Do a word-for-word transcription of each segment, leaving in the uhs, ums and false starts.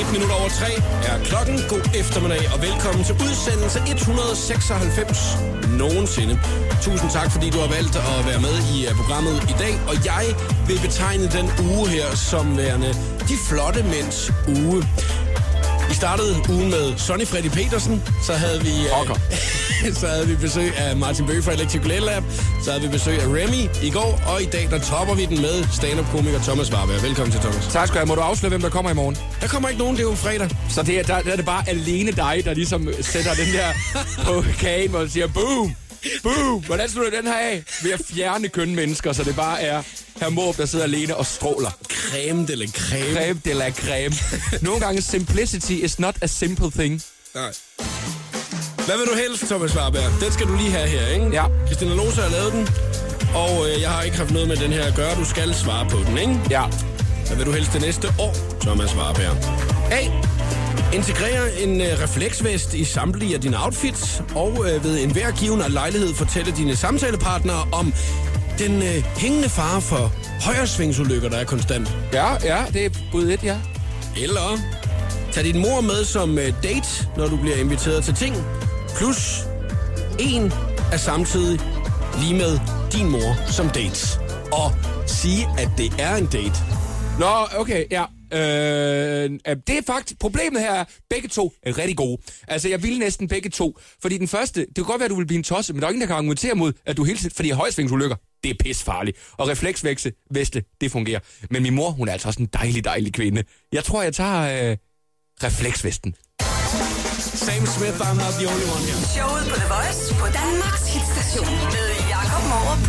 minutter over tre er klokken. God eftermiddag og velkommen til udsendelse et hundrede seksoghalvfems nogensinde. Tusind tak, fordi du har valgt at være med i programmet i dag. Og jeg vil betegne den uge her som værende de flotte mænds uge. Vi startede ugen med Sonny Freddy Petersen, så havde vi øh, så havde vi besøg af Martin Bøge fra Electric Lab, så havde vi besøg af Remy i går, og i dag der topper vi den med stand-up-komiker Thomas Warberg. Velkommen til, Thomas. Tak skal du have. Må du afsløre, hvem der kommer i morgen? Der kommer ikke nogen, det er jo fredag. Så det er, der, der er det bare alene dig, der ligesom sætter den der på kagen, hvor du siger, boom, boom. Hvordan slutter den her af? Ved at fjerne kønne mennesker, så det bare er Herr Måb, der sidder alene og stråler. Creme de la creme. Creme de la creme. Nogle gange, simplicity is not a simple thing. Nej. Hvad vil du helst, Thomas Warberg? Den skal du lige have her, ikke? Ja. Christina Lose har lavet den, og øh, jeg har ikke haft noget med den her at gøre. Du skal svare på den, ikke? Ja. Hvad vil du helst det næste år, Thomas Warberg? A. Integrere en øh, refleksvest i samtlige af dine outfits, og øh, ved enhver given lejlighed fortælle dine samtalepartnere om den øh, hængende fare for højresvingsulykker, der er konstant. Ja, ja, det er bud et, ja. Eller tag din mor med som øh, date, når du bliver inviteret til ting, plus en er samtidig lige med din mor som date. Og sige, at det er en date. Nå, okay, ja. Øh, det er faktisk, problemet her er, begge to er rigtig gode. Altså, jeg vil næsten begge to. Fordi den første, det kan godt være, at du vil blive en tosse, men der er ingen, der kan argumentere mod, at du hele tiden, fordi højsvingsulykker, det er pissefarligt. Og refleksveste, veste, det fungerer. Men min mor, hun er altså også en dejlig, dejlig kvinde. Jeg tror, jeg tager øh, refleksvesten. Sam Smith, I'm not the only one here. Showet på The Voice på Danmarks hitstation med Jakob Morup.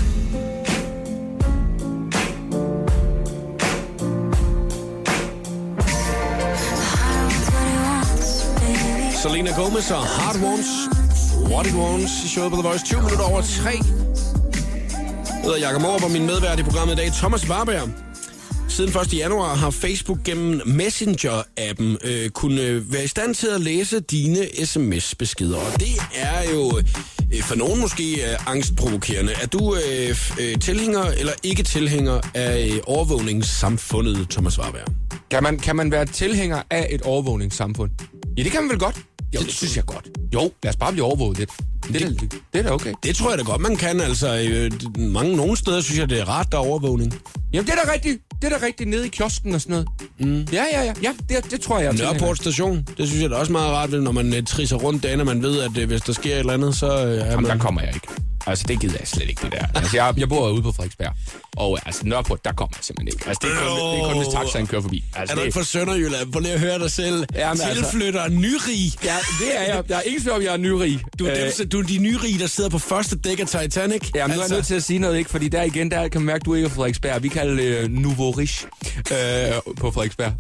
Selena Gomez og Heart Wants What It Wants i showet på The Voice. tyve minutter over tre. Jeg hedder Jakob Morup, og min medvært i programmet i dag, Thomas Warberg. Siden første januar har Facebook gennem Messenger-appen øh, kunne være i stand til at læse dine sms-beskeder. Og det er jo øh, for nogen måske øh, angstprovokerende. Er du øh, øh, tilhænger eller ikke tilhænger af øh, overvågningssamfundet, Thomas Warberg? Kan man, kan man være tilhænger af et overvågningssamfund? Ja, det kan man vel godt. Jo, det synes jeg godt. Jo, lad os bare blive overvåget lidt. Det, det, det, det er da okay. Det tror jeg da godt, man kan. Altså, øh, mange, nogle steder synes jeg, det er rart, der er overvågning. Jamen, det er da rigtigt. Det er da rigtigt nede i kiosken og sådan noget. Mm. Ja, ja, ja. Ja, det, det tror jeg. Nørreport station. Det synes jeg da også meget rart, når man uh, trisser rundt derinde, og man ved, at uh, hvis der sker et eller andet, så uh, er Jamen, man... der kommer jeg ikke. Altså, det gider jeg slet ikke, det der. Altså, jeg, jeg bor ude på Frederiksberg. Og altså, Nørreport, der kommer jeg simpelthen ikke. Altså, det er kun, det er kun hvis taxaen kører forbi. Altså, er du ikke fra Sønderjylland? Prøv lige at høre dig selv. Jamen, Tilflytter altså... nyrig. Ja, det er jeg. Der er ingen tvivl om, jeg er nyrig. Du er, dem, du er de nyrige, der sidder på første dæk af Titanic. Ja, men nu er jeg nødt til at sige noget, ikke? Fordi der igen, der kan man mærke, at du ikke er Frederiksberg. Vi kalder det uh, Nouveau Riche uh, på Frederiksberg.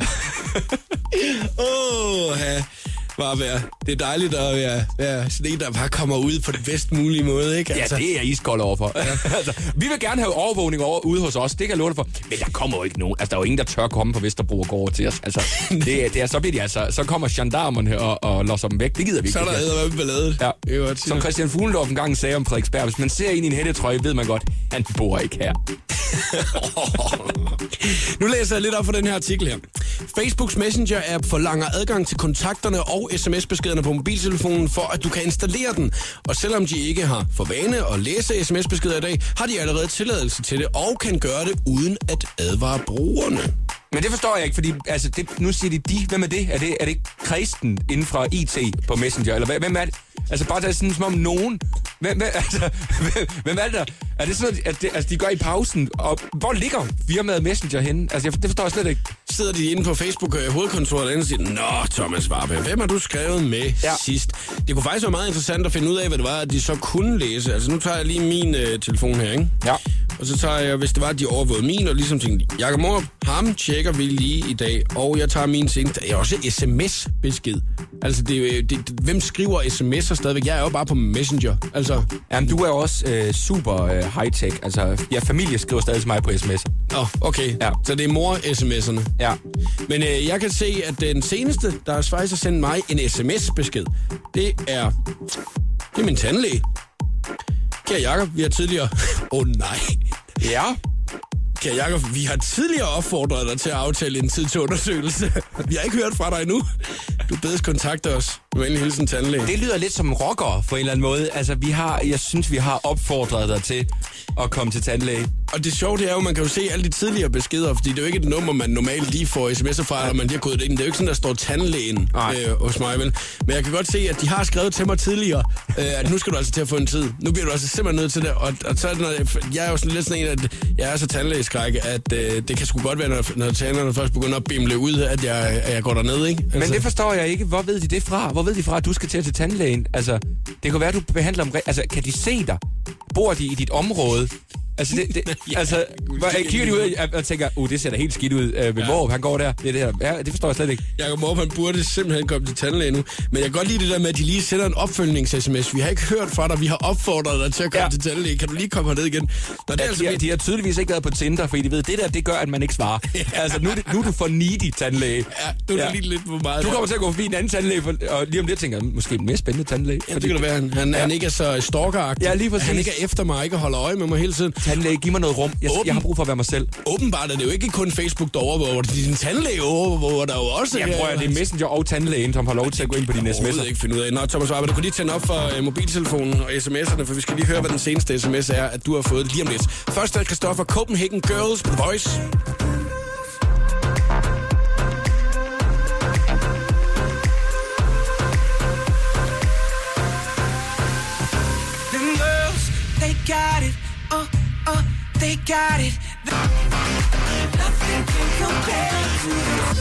Åh, oh, ja. Bare være. Det er dejligt at være, være sådan en, der bare kommer ud på det bedst mulige måde, ikke? Altså. Ja, det er jeg iskold overfor. Ja. Altså, vi vil gerne have overvågning over, ude hos os, det kan jeg love dig for. Men der kommer jo ikke nogen. Altså, der er jo ingen, der tør komme på Vesterbro og gå over til os. Altså, det, det er, så bliver de altså, så kommer gendarmerne og, og losser dem væk. Det gider vi ikke. Så er der æder med balladet. Ja. Som Christian Fuglendorf engang sagde om Frederiksberg, hvis man ser ind i en hættetrøje, ved man godt, han bor ikke her. Nu læser jeg lidt op for den her artikel her. Facebooks Messenger-app forlanger adgang til kontakterne og sms-beskederne på mobiltelefonen, for at du kan installere den. Og selvom de ikke har for vane at læse sms-beskeder i dag, har de allerede tilladelse til det, og kan gøre det uden at advare brugerne. Men det forstår jeg ikke, fordi altså, det, nu siger de de. Hvem er det? Er det, er det kristen inden fra I T på Messenger? Eller hvem er det? Altså bare der er sådan som om nogen. Hvem, hvem, altså, hvem, hvem er det der? Er det sådan, at det, altså, de gør i pausen? Og hvor ligger firmaet Messenger henne? Altså jeg, det forstår jeg slet ikke. Sidder de inde på Facebook øh, hovedkontoret og siger, nå Thomas Warberg, hvem har du skrevet med ja. sidst? Det kunne faktisk være meget interessant at finde ud af, hvad det var, at de så kunne læse. Altså nu tager jeg lige min øh, telefon her, ikke? Ja. Og så tager jeg, hvis det var, at de overvågede min, og ligesom tænkte, Jakob Morup, ham tjekker vi lige i dag, og jeg tager min seneste. Det er også sms-besked. Altså, det, det, hvem skriver sms'er stadigvæk? Jeg er jo bare på Messenger. Altså, jamen, du er jo også øh, super øh, high-tech. Altså, ja, familie skriver stadig til mig på sms'er. Åh, oh, okay. Ja. Så det er mor-sms'erne. Ja. Men øh, jeg kan se, at den seneste, der har faktisk har sendt mig en sms-besked, det er, det er min tandlæge. Kære Jakob, vi har tidligere... Åh oh, nej. Ja. Kære Jacob, vi har tidligere opfordret dig til at aftale en tid til undersøgelse. Vi har ikke hørt fra dig endnu. Du bedes kontakte os. Venlig hilsen tandlæge. Det lyder lidt som rockere på en eller anden måde. Altså, vi har, jeg synes, vi har opfordret dig til at komme til tandlæge. Og det sjove, det er jo, man kan jo se alle de tidligere beskeder, fordi det er jo ikke et nummer, man normalt lige får sms'er fra, eller man lige har kodet ind. Det er jo ikke sådan, der står tandlægen øh, hos mig, vel? Men jeg kan godt se, at de har skrevet til mig tidligere, øh, at nu skal du altså til at få en tid. Nu bliver du altså simpelthen nødt til det. Og, og så er det, når jeg, jeg er jo sådan lidt sådan en, at jeg er så tandlægeskræk, at øh, det kan sgu godt være, når, når tandlægerne først begynder at bimle ud, at jeg, at jeg går derned, ikke? Altså. Men det forstår jeg ikke. Hvor ved de det fra? Hvor ved de fra, at du skal til, til tandlægen? Altså, det kan være, at du behandler dem... Altså, kan de se dig? Bor de i dit område? Altså, det, det, ja, altså hvor, kigger de ud og, og tænker, uh, det ser da helt skidt ud. Øh, ja. Hvor han går der, det er det her. Ja, det forstår jeg slet ikke. Jacob Måb, han burde simpelthen komme til tandlæge nu. Men jeg kan godt lide det der med, at de lige sender en opfølgningssms. Vi har ikke hørt fra dig, vi har opfordret dig til at komme ja. til tandlæge. Kan du lige komme herned igen? Nå, det er ja, altså de, har, de har tydeligvis ikke været på Tinder, fordi de ved, det der, det gør, at man ikke svarer. Ja. Altså, nu, nu er du for needy tandlæge. Ja, nu er det ja. lige lidt for meget. Du kommer til at gå forbi en anden tandlæge, for, og lige om det tænker jeg, måske en mere spændende tandlæge. Ja, det kan det være. Han, han, ja. han ikke er så stalkeragtig. Ja, lige præcis. Han ikke er efter mig, ikke holder øje med mig hele tiden. Tandlæge, giv mig noget rum. Jeg, jeg har brug for at være mig selv. Åbenbart er det jo ikke kun Facebook, der overvåger. Det er din tandlæge overvåger der jo også. Ja, prøv at det er Messenger og tandlægen, som har lov til at gå ind på dine sms'er. Jeg ved ikke finde ud af. Nå, Thomas Warberg, du kunne lige tænde op for uh, mobiltelefonen og sms'erne, for vi skal lige høre, hvad den seneste sms er, at du har fået lige om lidt. Først er Christoffer, Copenhagen Girls på The Voice. Them girls, they got it. Oh, oh, they got it. Nothing can compare to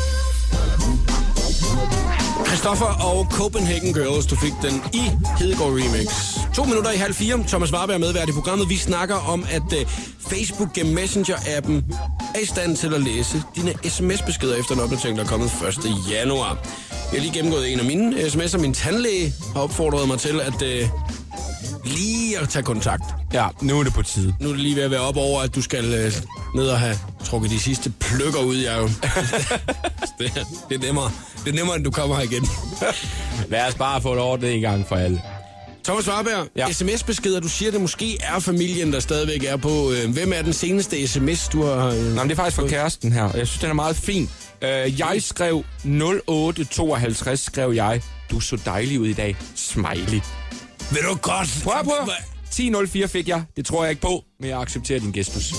Christoffer og Copenhagen Girls, du fik den i Hedegaard Remix. To minutter i halv fire. Thomas Warberg er medvært i programmet. Vi snakker om, at uh, Facebook gennem Messenger-appen er i stand til at læse dine sms-beskeder efter en opdatering, der er kommet første januar. Jeg har lige gennemgået en af mine sms'er. Min tandlæge har opfordret mig til at uh, lige at tage kontakt. Ja, nu er det på tide. Nu er det lige ved at være op over, at du skal uh, ned og have trukket de sidste pløkker ud, Jacob. det, er, det er nemmere. Det er nemmere, end du kommer her igen. Lad os bare få det ordentligt en gang for alle. Thomas Warberg, ja. sms-beskeder, du siger, det måske er familien, der stadigvæk er på. Hvem er den seneste sms, du har... Øh, Nå, men det er faktisk fra kæresten her, jeg synes, den er meget fin. Uh, jeg skrev nul otte tooghalvtreds, skrev jeg, du så dejlig ud i dag. Smiley. Ved du godt? Prøv, prøv. ti nul fire fik jeg. Det tror jeg ikke på, men jeg accepterer din gestus.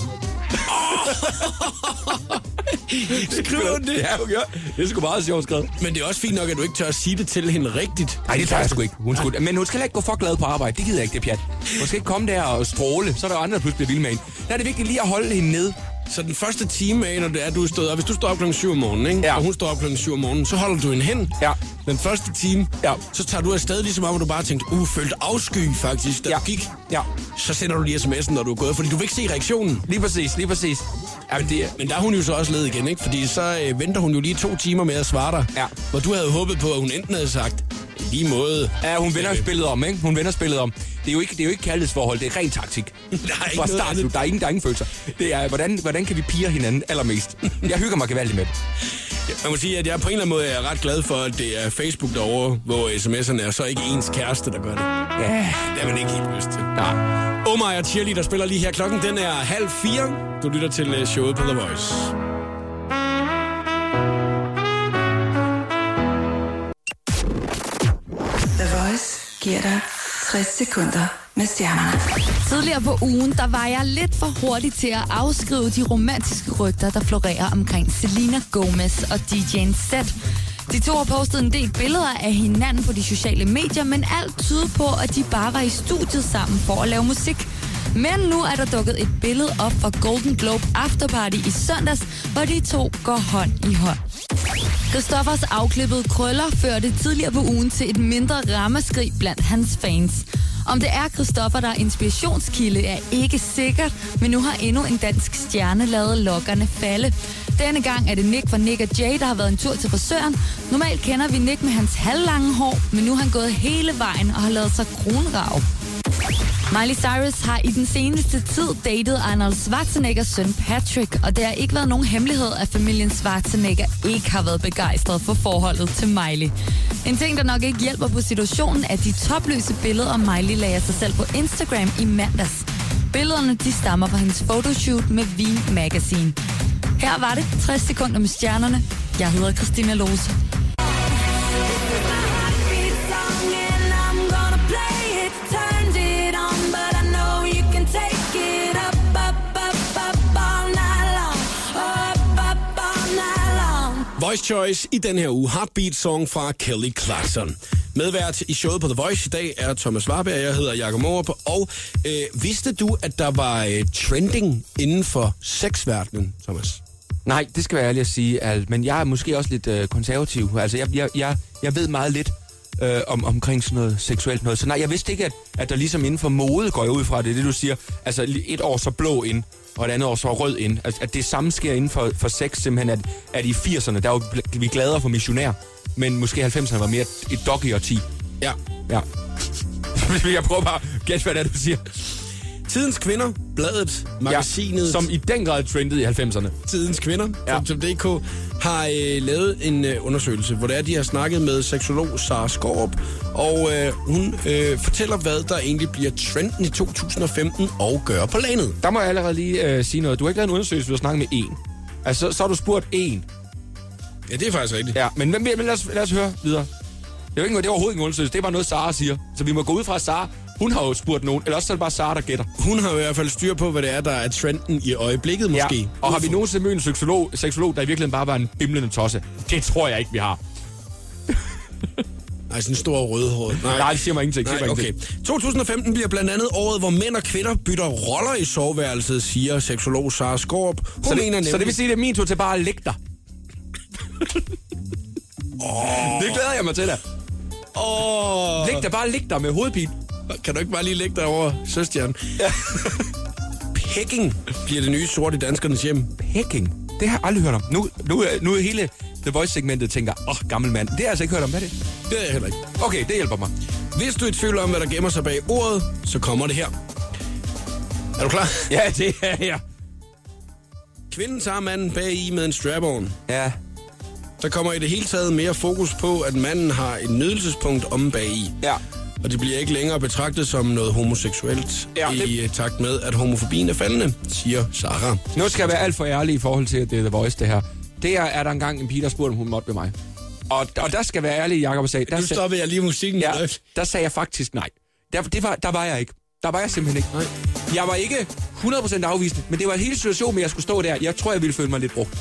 Skriver hun det? Ja, okay. Det er sgu meget sjovt skrevet. Men det er også fint nok, at du ikke tør at sige det til hende rigtigt. Nej, det tør jeg sgu ikke. Hun skulle, men hun skal ikke gå for glad på arbejde. Det gider jeg ikke, det pjat. Hun skal ikke komme der og stråle. Så er der andre, der pludselig bliver vilde med hende. Der er det vigtigt lige at holde hende ned. Så den første time af, når det er, du er stået op. Hvis du står op klokken syv om morgenen, ikke? Ja. Og hun står op klokken syv om morgenen, så holder du hende hen. Ja. Den første time, ja. Så tager du afsted, ligesom om, at du bare tænkte, uh, følte afsky faktisk, da ja. du gik. Ja. Så sender du lige sms'en, når du er gået, fordi du vil ikke se reaktionen. Lige præcis, lige præcis. Ja, men, det, men der er hun jo så også led igen, ikke? Fordi så øh, venter hun jo lige to timer med at svare dig. Ja. Hvor du havde håbet på, at hun enten havde sagt, lige måde. Ja, hun vender spillet om, ikke? Hun vender spillet om. Det er jo ikke, det er jo ikke kærlighedsforhold, det er ren taktik. Der er ikke fra start, der er ingen, der er ingen følelser. Det er, hvordan, hvordan kan vi pire hinanden allermest? Jeg hygger mig gevaldigt med det. Ja, man må sige, at jeg på en eller anden måde er ret glad for, at det er Facebook derovre, hvor sms'erne er så ikke ens kæreste, der gør det. Ja. Det er man ikke helt lyst til. Nej. Omar og Cheerleader spiller lige her. Klokken den er halv fire. Du lytter til showet på The Voice. The Voice giver dig tres sekunder med stjernerne. Tidligere på ugen, der var jeg lidt for hurtig til at afskrive de romantiske rygter, der florerer omkring Selena Gomez og D J'en Zed. De to har postet en del billeder af hinanden på de sociale medier, men alt tyder på, at de bare var i studiet sammen for at lave musik. Men nu er der dukket et billede op fra Golden Globe Afterparty i søndags, hvor de to går hånd i hånd. Christoffers afklippede krøller førte tidligere på ugen til et mindre ramaskrig blandt hans fans. Om det er Christoffer, der er inspirationskilde, er ikke sikkert, men nu har endnu en dansk stjerne lavet lokkerne falde. Denne gang er det Nick fra Nick og Jay, der har været en tur til frisøren. Normalt kender vi Nick med hans halvlange hår, men nu har han gået hele vejen og har lavet sig kronrav. Miley Cyrus har i den seneste tid datet Arnold Schwarzeneggers søn Patrick, og det har ikke været nogen hemmelighed, at familien Schwarzenegger ikke har været begejstret for forholdet til Miley. En ting, der nok ikke hjælper på situationen, er de topløse billeder, Miley lagde sig selv på Instagram i mandags. billederne de stammer fra hendes photoshoot med V Magazine. Her var det tres sekunder med stjernerne. Jeg hedder Christina Lose. Voice Choice i den her uge. Heartbeat Song fra Kelly Clarkson. Medvært i showet på The Voice i dag er Thomas Warberg. Jeg hedder Jakob Morup. Og øh, vidste du, at der var øh, trending inden for sexverdenen, Thomas? Nej, det skal være ærligt at sige, at, men jeg er måske også lidt øh, konservativ. Altså, jeg, jeg, jeg, jeg ved meget lidt øh, om, omkring sådan noget seksuelt noget. Så nej, jeg vidste ikke, at, at der ligesom inden for mode går jeg ud fra det, det du siger. Altså, et år så blå ind, og et andet år så rød ind. Altså, at det samme sker inden for, for sex, simpelthen, at, at i firserne, der var vi gladere for missionær, men måske halvfemserne var mere et doggy-årti. Ja. Ja. Jeg prøver bare at gætte, hvad det er, du siger. Tidens Kvinder, bladet, magasinet... Ja, som i den grad trendede i halvfemserne. Tidens Kvinder, ja. D K, har øh, lavet en øh, undersøgelse, hvor det er, de har snakket med seksolog Sara Skaarup, og øh, hun øh, fortæller, hvad der egentlig bliver trenden i to tusind og femten og gør på landet. Der må jeg allerede lige øh, sige noget. Du har ikke lavet en undersøgelse, ved at snakke med en. Altså, så, så har du spurgt en. Ja, det er faktisk rigtigt. Ja, men, men, men lad, os, lad os høre videre. Det er, ikke, det er overhovedet ikke en undersøgelse, det er bare noget, Sara siger. Så vi må gå ud fra, at Sara, hun har jo spurgt nogen, eller også er det bare Sara, der gætter. Hun har jo i hvert fald styr på, hvad det er, der er trenden i øjeblikket måske. Ja. Og har vi nogensinde mødt en seksolog, seksolog, der i virkeligheden bare var en bimlende tosse? Det tror jeg ikke, vi har. Nej, sådan en stor rødhåret. Nej, Nej det siger mig ingenting. Nej, siger mig okay. ingenting. to tusind og femten bliver blandt andet året, hvor mænd og kvinder bytter roller i soveværelset, siger seksolog Sara Skaarup. Hun så, det, mener nemlig... så det vil sige, at det er min tur til bare at lægge dig. oh. Det glæder jeg mig til dig. Oh. Læg dig bare, læg dig med hovedpine. Kan du ikke bare lige lægge dig over søstjernen? Ja. Pecking bliver det nye sort i danskernes hjem. Pecking? Det har jeg aldrig hørt om. Nu, nu, nu er hele The Voice-segmentet tænker, åh, oh, gammel mand. Det har jeg altså ikke hørt om. Hvad er det? Det er jeg heller ikke. Okay, det hjælper mig. Hvis du er i tvivl om, hvad der gemmer sig bag ordet, så kommer det her. Er du klar? Ja, det er jeg. Kvinden tager manden bag i med en strap-on. Ja. Der kommer i det hele taget mere fokus på, at manden har et nydelsespunkt om bag i. Ja. Og det bliver ikke længere betragtet som noget homoseksuelt, ja, det... i takt med, at homofobien er faldende, siger Sara. Nu skal jeg være alt for ærlig i forhold til, at det er The Voice, det her. Det er, er der engang en pige, der spurgte, om hun måtte med mig. Og, og der skal være ærlig, Jakob, og sagde... Der nu stopper jeg lige musikken. Ja, der sagde jeg faktisk nej. Der, det var, der var jeg ikke. Der var jeg simpelthen ikke. Nej. Jeg var ikke hundrede procent afvisende, men det var en hele situation med, at jeg skulle stå der. Jeg tror, jeg ville føle mig lidt brugt.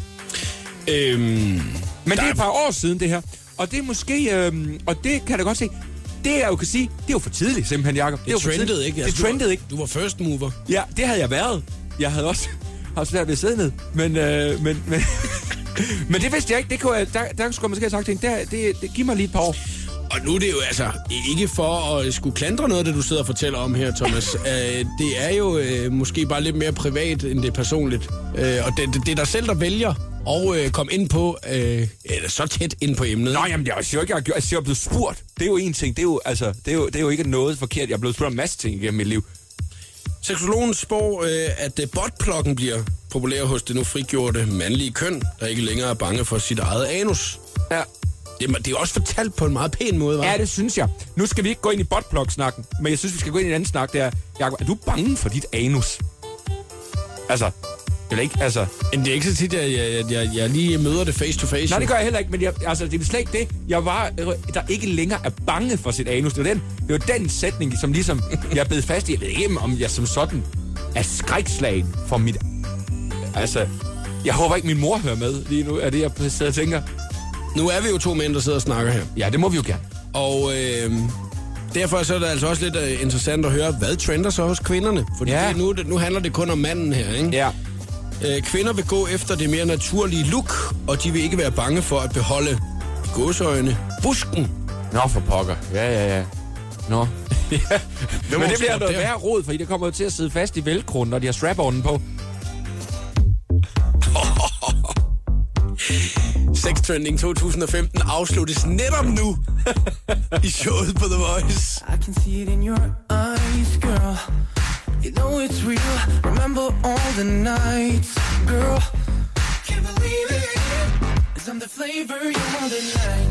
Øhm, men det er et par år siden, det her. Og det er måske... Øhm, og det kan jeg godt se... Det jeg jo kan sige, det er jo for tidligt, simpelthen, Jacob. Det, det trendede ikke. Altså, det trendede ikke. Du var first mover. Ja, det havde jeg været. Jeg havde også haft svært ved at sidde ned. Men, øh, men, men, men det vidste jeg ikke. Det kunne jeg, der, der skulle jeg måske have sagt til hende, det, det, det giver mig lige et par år. Og nu er det jo altså ikke for at skulle klandre noget, det du sidder og fortæller om her, Thomas. uh, det er jo uh, måske bare lidt mere privat, end det er personligt. Uh, og det, det, det er dig selv, der vælger og uh, komme ind på, uh, eller så tæt ind på emnet. Nå, jamen, jeg siger ikke, jeg, jeg, jeg er blevet spurgt. Det er jo en ting. Det er jo, altså, det er jo, det er jo ikke noget forkert. Jeg er blevet spurgt om en masse ting igennem mit liv. Seksologen spår, uh, at uh, botpluggen bliver populær hos det nu frigjorte mandlige køn, der ikke længere er bange for sit eget anus. Ja. Det er, det er også fortalt på en meget pæn måde, hva'? Ja, det synes jeg. Nu skal vi ikke gå ind i botplug-snakken, men jeg synes, vi skal gå ind i en anden snak, der. Jacob, er du bange for dit anus? Altså, det er ikke, altså... Men det er ikke så tit, at jeg, jeg, jeg, jeg lige møder det face to face. Nej, det gør jeg heller ikke, men jeg, altså, det er slet ikke det. Jeg var, der ikke længere er bange for sit anus. Det er den, det er den sætning, som ligesom jeg er blevet fast i. Jeg ved ikke, om jeg som sådan er skrækslagen for mit... Altså, jeg håber ikke, min mor hører med lige nu, er det, jeg sidder og tænker. Nu er vi jo to mænd, der sidder og snakker her. Ja, det må vi jo gerne. Og øh, derfor så er det altså også lidt uh, interessant at høre, hvad trender så hos kvinderne? Fordi ja. det, nu, nu handler det kun om manden her, ikke? Ja. Øh, kvinder vil gå efter det mere naturlige look, og de vil ikke være bange for at beholde i gåseøjne busken. Nå, for pokker. Ja, ja, ja. Nå. Ja. Men det bliver noget værre rod, fordi det kommer jo til at sidde fast i velcroen, når de har strap-onen på. Sex Trending to tusind og femten afsluttes netop nu i showet på The Voice. I can see it in your eyes, girl. You know it's real. Remember all the nights, girl. Can't believe it. 'Cause I'm the flavor you want tonight.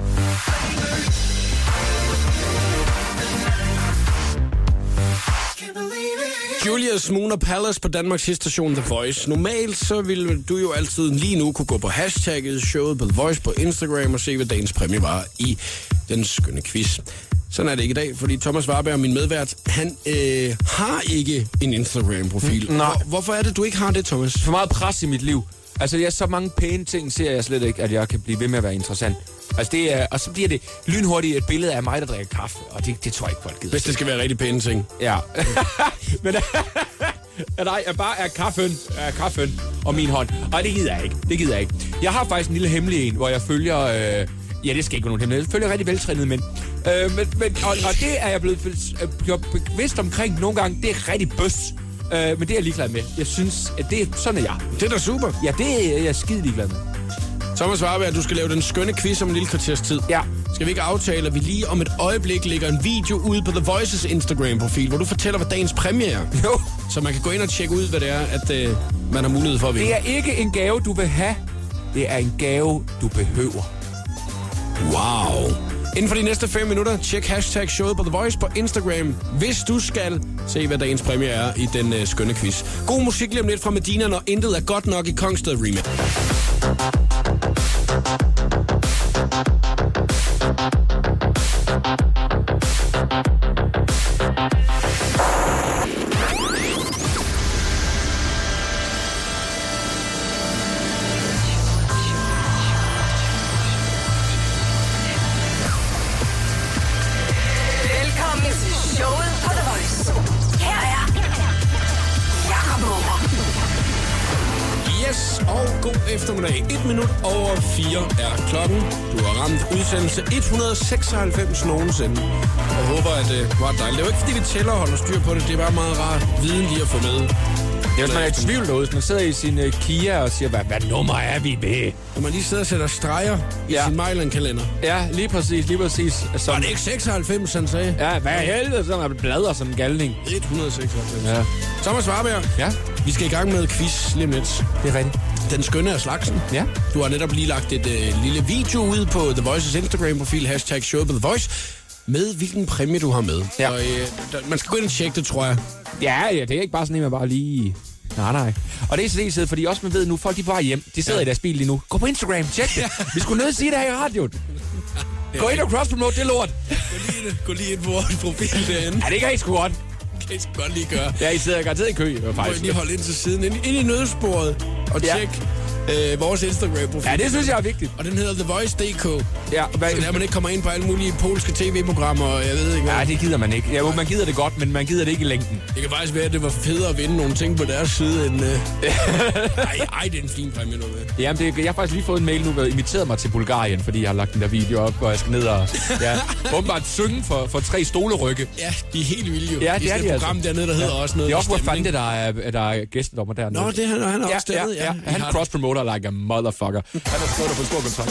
Flavor. Can't Julius Moon og Palace på Danmarks hitstation The Voice. Normalt så vil du jo altid lige nu kunne gå på hashtagget showet på The Voice på Instagram og se, hvad dagens præmie var i den skønne quiz. Sådan er det ikke i dag, fordi Thomas Warberg, min medvært, han øh, har ikke en Instagram-profil. Mm, Hvor, hvorfor er det, du ikke har det, Thomas? For meget pres i mit liv. Altså, jeg så mange pæne ting ser jeg slet ikke, at jeg kan blive ved med at være interessant. Altså, det er, og så bliver det lynhurtigt et billede af mig, der drikker kaffe, og det, det tror jeg ikke, folk gider. Hvis det skal være rigtig pæne ting. Ja. Men nej, jeg bare er kaffen, er kaffen og min hånd. Og det gider jeg ikke. Det gider jeg ikke. Jeg har faktisk en lille hemmelig en, hvor jeg følger... Øh, ja, det skal ikke være nogen hemmelighed. Jeg følger rigtig veltrænet mænd. Øh, men, men, og, og det er jeg blevet gjort bevidst omkring nogle gange. Det er rigtig bøs. Øh, men det er jeg ligeglad med. Jeg synes, at det, sådan er jeg. Det er da super. Ja, det er jeg skide ligeglad med. Thomas Warberg, du skal lave den skønne quiz om en lille kvarters tid. Ja. Skal vi ikke aftale, at vi lige om et øjeblik lægger en video ud på The Voices Instagram-profil, hvor du fortæller, hvad dagens præmie er? Jo. Så man kan gå ind og tjekke ud, hvad det er, at øh, man har mulighed for at vinde. Det er ikke en gave, du vil have. Det er en gave, du behøver. Wow. Inden for de næste fem minutter, tjek hashtag showet på The Voice på Instagram, hvis du skal se, hvad dagens præmie er i den øh, skønne quiz. God musik lige om lidt fra Medina, når intet er godt nok i Kongsted Remix. Eftermiddag. Et minut over fire er klokken. Du har ramt udsendelse et hundrede og seksoghalvfems nogensinde. Og håber, at det var dejligt. Det er jo ikke, fordi vi tæller og holder styr på det. Det er bare meget rart viden lige at få med. Det er, hvis man er i tvivl derude, hvis man sidder i sin uh, Kia og siger, hvad, hvad nummer er vi med? Når man lige sidder og sætter streger i ja. sin Mejland-kalender. Ja, lige præcis, lige præcis. Var det ikke seksoghalvfems, han sagde? Ja, hvad helvede, så er man bladrer som en galning. et hundrede og seksoghalvfems. Ja. Thomas Warberg. Ja? Vi skal i gang med quiz lige om lidt. Det er rigtigt. Den skønne af slagsen. Ja. Du har netop lige lagt et øh, lille video ud på The Voices Instagram-profil, hashtag showet på The Voice, med hvilken præmie du har med. Ja. Og, øh, der, man skal gå ind og tjekke det, tror jeg. Ja, ja, det er ikke bare sådan, at man bare lige... Nej, nej. Og det er så det, I sidder, fordi også man ved nu, folk de er på vej hjem. De sidder ja. i deres bil lige nu. Gå på Instagram, tjek det. Vi skulle nødt sige det her i radioen. Gå ind og cross-promote, det er lort. Gå lige ind, gå lige ind på vores profil derinde. Ja, det kan I sgu godt. Det kan I sgu godt lige gøre. Ja, I sidder garanteret i kø. Du må lige holde ind til siden, ind, ind i nødsporet og ja. tjek øh, vores Instagram-profil. Ja, det synes jeg er vigtigt. Og den hedder The Voice punktum d k. Ja, hvad, så der man ikke kommer ind på alle mulige polske tv-programmer, og jeg ved ikke hvad. Ja, det gider man ikke. Ja, man gider det godt, men man gider det ikke i længden. Det kan faktisk være, at det var federe at vinde nogle ting på deres side, end... Øh... ej, ej, det er en fin præmie, du ved. Jamen, det, jeg har faktisk lige fået en mail nu, hvor jeg inviteret mig til Bulgarien, fordi jeg har lagt den der video op, hvor jeg skal ned og ja, åbenbart synge for, for tre stolerygge. Ja, de er helt vilde jo. Ja, det er de program altså. dernede, der hedder ja. også noget. Det er også, hvor fanden der er, der er gæstedommer dernede. Nå, det er han, han er ja, også dernede, ja. ja. ja. Han cross-promoter like a motherfucker. Han har skrevet dig på stor kontrakt.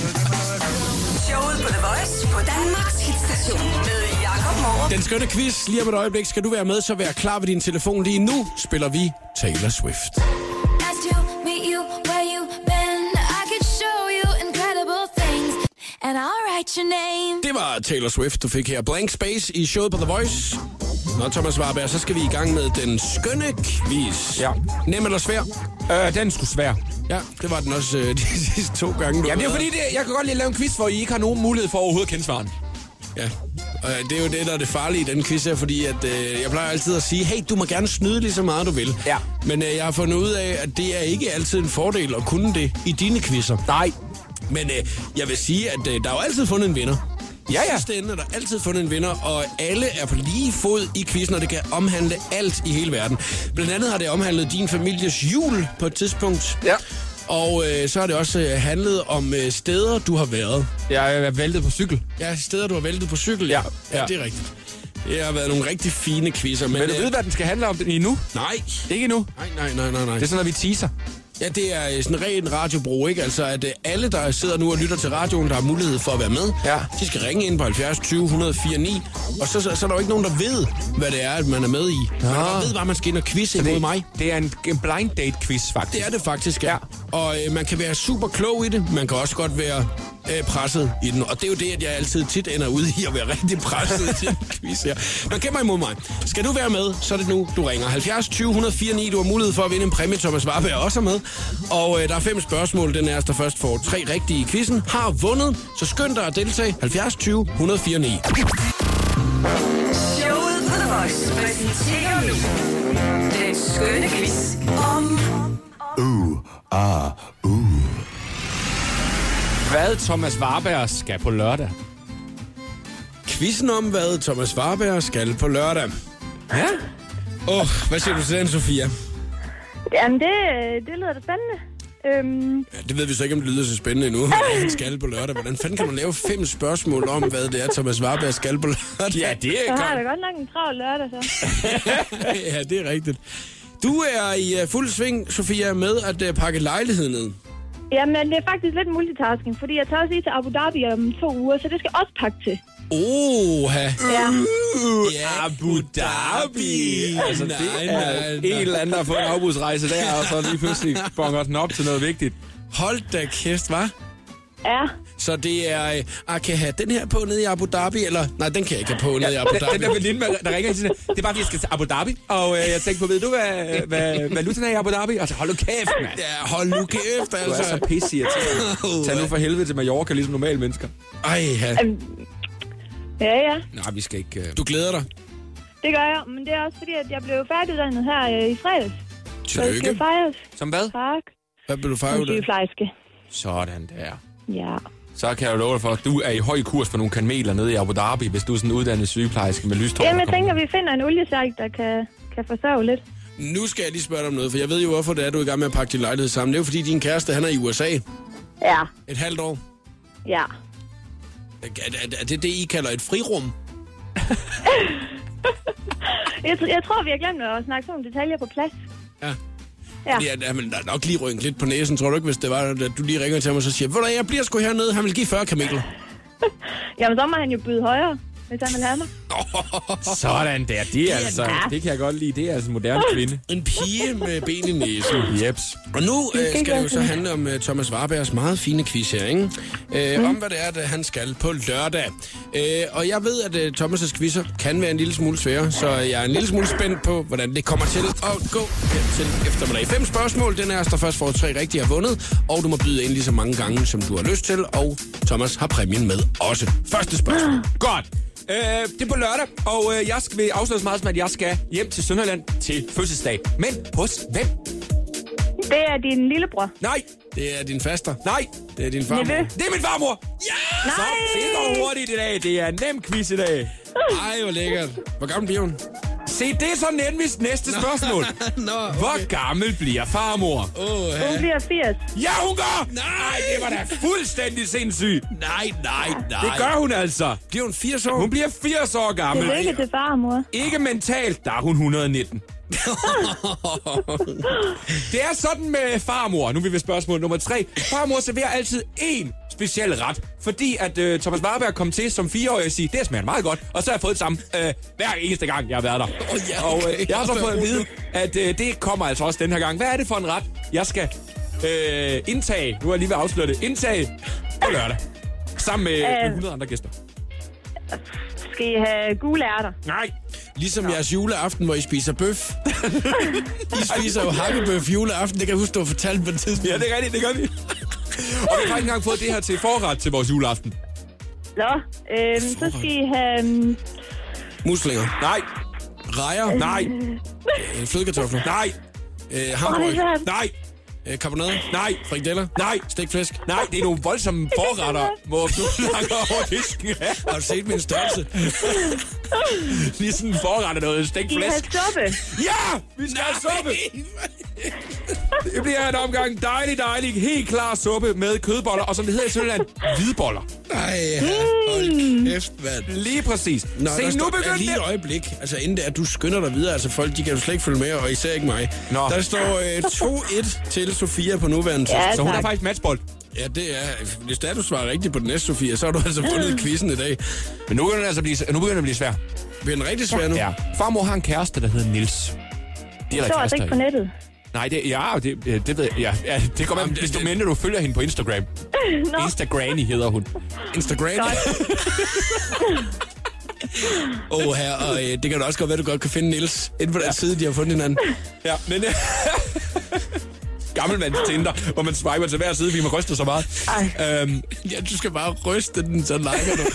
Showet på The Voice på Danmarks hitstation med Jakob Morup. Den skønne quiz lige om et øjeblik. Skal du være med, så vær klar ved din telefon. Lige nu spiller vi Taylor Swift. And I'll write your name. Det var Taylor Swift, du fik her. Blank Space i showet på The Voice. Nå, Thomas Warberg, så skal vi i gang med den skønne quiz. Ja. Nem eller svær? Øh, den skulle svær. Ja, det var den også øh, de sidste to gange. Jamen, det er jo fordi, det, jeg kan godt lide at lave en quiz, hvor I ikke har nogen mulighed for overhovedet at kende svaren. Ja, og det er jo det, der er det farlige i den quiz her, fordi at, øh, jeg plejer altid at sige, hey, du må gerne snyde lige så meget, du vil. Ja. Men øh, jeg har fundet ud af, at det er ikke altid en fordel at kunne det i dine quizzer. Nej. Men øh, jeg vil sige, at øh, der er jo altid fundet en vinder. I ja, ja. sidste ende er der altid fundet en vinder, og alle er på lige fod i quizzen, og det kan omhandle alt i hele verden. Blandt andet har det omhandlet din families jul på et tidspunkt. Ja. Og øh, så har det også øh, handlet om øh, steder, du har været. Jeg er væltet på cykel. Ja, steder, du har væltet på cykel. Ja, ja. ja det er rigtigt. Det har været nogle rigtig fine quizzer. Men vil du øh, vide, hvad den skal handle om endnu? Nej. Ikke endnu? Nej, nej, nej, nej, nej. Det er sådan, at vi teaser. Ja, det er sådan en ren radiobrug, ikke? Altså, at alle, der sidder nu og lytter til radioen, der har mulighed for at være med, ja. de skal ringe ind på halvfjerds tyve et nul fire ni, og så, så, så er der jo ikke nogen, der ved, hvad det er, at man er med i. Man ja. ved, hvad man skal ind og quizze imod mig. Det er en, en blind date quiz, faktisk. Det er det faktisk, ja. ja. Og øh, man kan være super klog i det, man kan også godt være øh, presset i den. Og det er jo det, at jeg altid tit ender ude i at være rigtig presset i den quiz her. Man kæmper imod mig. Skal du være med, så er det nu, du ringer. halvfjerds tyve et nul fire ni, du har mulighed for at vinde en præmie. Thomas Warberg også er med. Og øh, der er fem spørgsmål. Den er, der først får tre rigtige i quizzen, har vundet. Så skynd dig at deltage. halvfjerds tyve et nul fire ni. Showet på The Voice præsenterer nu den skønne quiz om... Uh, ah, uh. Hvad Thomas Warberg skal på lørdag? Quizzen om, hvad Thomas Warberg skal på lørdag. Ja? Åh, oh, hvad siger du til den, Sofia? Jamen, det, det lyder da spændende. Øhm... Ja, det ved vi så ikke, om det lyder så spændende endnu. Hvad han skal på lørdag. Hvordan fanden kan man lave fem spørgsmål om, hvad det er, Thomas Warberg skal på lørdag? Ja, det er Så har jeg godt. da godt nok en travl lørdag, så. Ja, det er rigtigt. Du er i uh, fuld sving, Sofia, med at uh, pakke lejligheden ned. Jamen, det er faktisk lidt multitasking, fordi jeg tager også lige til Abu Dhabi om to uger, så det skal også pakke til. Oha. Ja. Ja, Abu Dhabi. Altså, det Nej, er nej, nej. en eller anden, der har fået en afbudsrejse der, og så lige pludselig bonger den op til noget vigtigt. Hold da kæft, hva'? Ja. Så det er, øh, ah, kan jeg have den her på nede i Abu Dhabi, eller? Nej, den kan jeg ikke have på nede i Abu Den, Dhabi. den der veninde, der ringer og siger, det er bare, fordi jeg skal til Abu Dhabi, og øh, jeg tænkte på, ved du, hvad, hvad valutaen er i Abu Dhabi? Og så hold nu kæft, mand. Ja, hold nu kæft, Du er altså. så pissirriterende. Tag nu for helvede til Mallorca, ligesom normale mennesker. Ej, ja. Øhm, ja, ja. Nej, vi skal ikke... Øh... Du glæder dig. Det gør jeg, men det er også fordi, at jeg blev færdiguddannet her øh, i fredags. Så det skal Tillykke. fejres. Som hvad? Tak. Hvad blev du fejret Som ud af? sygeplejerske. Sådan der. Ja. Så kan jeg jo love dig for, at du er i høj kurs for nogle kameler nede i Abu Dhabi, hvis du er sådan en uddannet sygeplejerske med lystår. Jamen, jeg tænker, vi finder en oliesærk, der kan, kan forsørge lidt. Nu skal jeg lige spørge dig om noget, for jeg ved jo, hvorfor det er, du er i gang med at pakke din lejlighed sammen. Det er jo, fordi din kæreste, han er i U S A. Ja. Et halvt år. Ja. Er, er, er det det, I kalder et frirum? Jeg, tr- jeg tror, vi har glemt at snakke sådan nogle detaljer på plads. Ja. Ja. Fordi, at, jamen, der er nok lige rynket lidt på næsen, tror du ikke, hvis det var, at du lige ringer til mig og så siger, ved du, jeg bliver sgu hernede, han vil give fyrre kameler. Jamen, så må han jo byde højere, hvis han vil have mig. Sådan der. Det er altså... Det kan jeg godt lide. Det er altså en moderne kvinde. En pige med ben i næsen. Jeps. Og nu øh, skal det jo så handle om uh, Thomas Warbergs meget fine quiz her, ikke? Øh, mm. Om hvad det er, at han skal på lørdag. Øh, og jeg ved, at uh, Thomas' quizzer kan være en lille smule svære, så jeg er en lille smule spændt på, hvordan det kommer til at gå her til eftermiddag. Fem spørgsmål. Den er, der først får tre rigtige har vundet, og du må byde ind lige så mange gange, som du har lyst til, og Thomas har præmien med også. Første spørgsmål. Godt. Øh, det er på lørdag, og øh, jeg skal vil afsløre så meget som, at jeg skal hjem til Sønderjylland til fødselsdag. Men hos hvem? Det er din lillebror. Nej. Det er din faster. Nej. Det er din farmor. Nevø. Det er min farmor. Ja! Så, det går hurtigt i dag. Det er en nem quiz i dag. Ej, hvor lækkert. Hvor gammel bliver hun? Se, det er så nemlig næste spørgsmål. Nå, okay. Hvor gammel bliver farmor? Åh, Hun ja. bliver firs. Ja, hun gør! Nej! Ej, det var da fuldstændig sindssygt. Nej, nej, nej. Det gør hun altså. Bliver hun firs år? Hun bliver firs år gammel. Tillykke til far og mor. Ikke mentalt, der er hun et hundrede og nitten. Det er sådan med farmor. Nu vil vi spørgsmål nummer tre. Farmor serverer altid én speciel ret, fordi at øh, Thomas Warberg kom til som fireårig og sige, det smager meget godt, og så har jeg fået det samme øh, hver eneste gang, jeg har været der. Oh, ja, Og okay. øh, jeg har så fået at vide, at øh, det kommer altså også den her gang. Hvad er det for en ret, jeg skal øh, indtage, nu er jeg lige ved at afsløre det, indtage på lørdag, sammen med øh, hundrede andre gæster? Skal I have gule ærter? Nej. Ligesom jeres juleaften, hvor I spiser bøf. I spiser jo hakkebøf juleaften. Det kan jeg huske, du har fortalt på et tidspunkt. Ja, det er rigtigt, det gør vi. Og vi har faktisk engang fået det her til forret til vores juleaften. Nå, øhm, så skal I have... Um, Muslinger. Nej, Rejer. nej, Øh, Flødekartofler. nej, Øh, Åh, det er hamburg. svært. nej, Øh, Karbonade. nej, Frikadeller. nej, Stegt flæsk. nej, det er nogle voldsomme forretter, hvor du langer over disken. Ja. Har du set min størrelse? Lige sådan en forret af noget stegt I have flæsk. suppe. Ja, vi skal have suppe. Det bliver en omgang dejlig, dejlig, helt klar suppe med kødboller, og som det hedder i Sønderland, hvidboller. Nej, hold kæft, mand. Lige præcis. Nå, Se, der nu står- begynder lige et det. øjeblik. Altså, inden det, at du skynder dig videre. Altså, folk, de kan jo slet ikke følge med, og især ikke mig. Nå. Der står øh, to et til Sofia på nuværende tidspunkt. Ja, Så hun er tak. faktisk matchbold. Ja, det er... Hvis det er, du svarer rigtigt på den næste, Sofia, så har du altså fundet quizzen i dag. Men nu begynder det altså at blive, nu begynder det at blive svært. Bliver den rigtig svær nu? Ja. Farmor har en kæreste, der hedder Nils. De er Det står altså ikke på nettet. Nej, det, ja, det, det ved jeg. Ja, ja, det kommer an, hvis du mener, du følger hende på Instagram. Nå. Instagranny hedder hun. Instagram. Åh, oh, her, og øh, det kan da også godt være, du godt kan finde Niels inde på den ja. side, de har fundet hinanden. Ja, men... Gammelmands Tinder, hvor man swiper til hver side, fordi man ryster så meget. Øhm, ja, du skal bare ryste den, så liker du.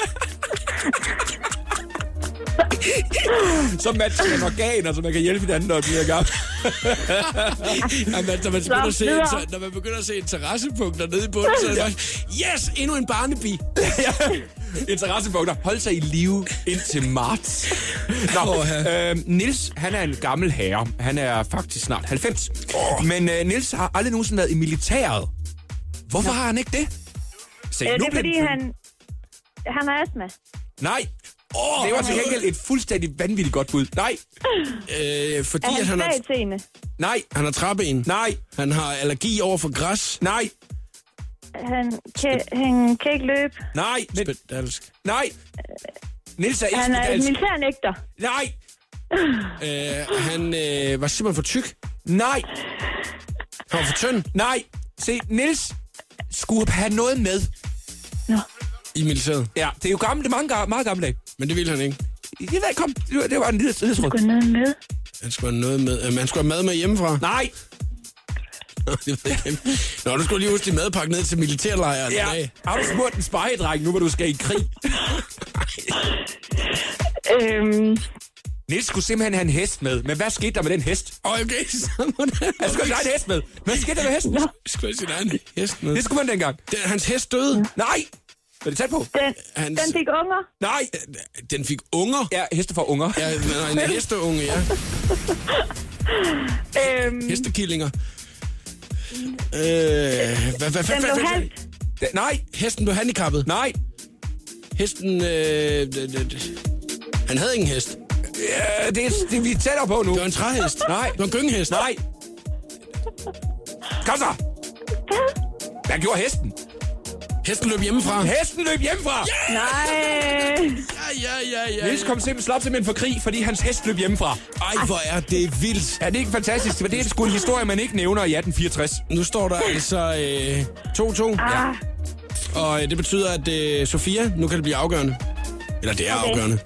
Så matcher man organer, så man kan hjælpe hinanden, når man bliver gammel. Jamen, når, man begynder at se, når man begynder at se interessepunkter nede i bunden, så er det bare, yes, endnu en barnebi. Interessepunkter. Hold sig i live indtil marts. Nå, øh, Niels, han er en gammel herre. Han er faktisk snart halvfems. Oh. Men øh, Niels har aldrig nogensinde været i militæret. Hvorfor ja. har han ikke det? Se, øh, det er fordi, han, han har astma. Nej. Oh, det var til gengæld et fuldstændig vanvittigt godt bud. Nej. Øh, fordi er han, at han har... Nej. Han har trappen. Nej. Han har allergi over for græs. Nej. Han kan, han kan ikke løbe. Nej. Men... Spedalsk. Nej. Niels er ikke Han er et spedalsk. militærnægter. Nej. øh, han øh, var simpelthen for tyk. Nej. Han var for tynd. Nej. Se, Niels skulle have noget med. Nå. I militæret. Ja, det er jo gammelt, det er mange, meget gamle dage. Men det ville han ikke. Jeg ved, kom, det var, det var en lille tidsrund. Han skulle have noget med. Han skulle have noget med. Uh, han skulle have mad med hjemmefra. Nej. Nå, det ved jeg ikke. Nå, du skulle lige huske din madpakke ned til militærlejren. Ja, har du spurgt en spejedreng nu, hvor du skal i krig? øhm... Niels skulle simpelthen have en hest med. Men hvad skete der med den hest? Okay, så må det... Han skulle have en hest med. Hvad skete der med hesten? Ja. Skulle have sin egen hest med. Det skulle man dengang. Den, hans hest døde. Ja. Nej. Er det tæt på? Den, hans... den fik unger. Nej. Den fik unger? Ja, heste for unger. Ja, en hesteunge, ja. øhm... Hestekillinger. Øh, hvad, hvad, den hvad, blev halvt. Nej. Hesten blev handicappet. Nej. Hesten... Øh, han havde ingen hest. Ja, det er det, vi er tættere på nu. Det var en træhest. Nej. Det var en gyngehest. Nej. Kom så. Hvad gjorde hesten? Hesten løb hjemmefra. Hesten løb hjemmefra. Yeah! Nej. Ja, ja, ja, ja. Niels kom simpelthen, slap simpelthen for krig, fordi hans hest løb hjemmefra. Ej, hvor er det vildt. Er det ikke fantastisk? Det er sgu en historie, man ikke nævner i atten fireogtres. Nu står der altså øh, to to. Ah. Ja. Og øh, det betyder, at øh, Sofia, nu kan det blive afgørende. Eller det er okay. afgørende.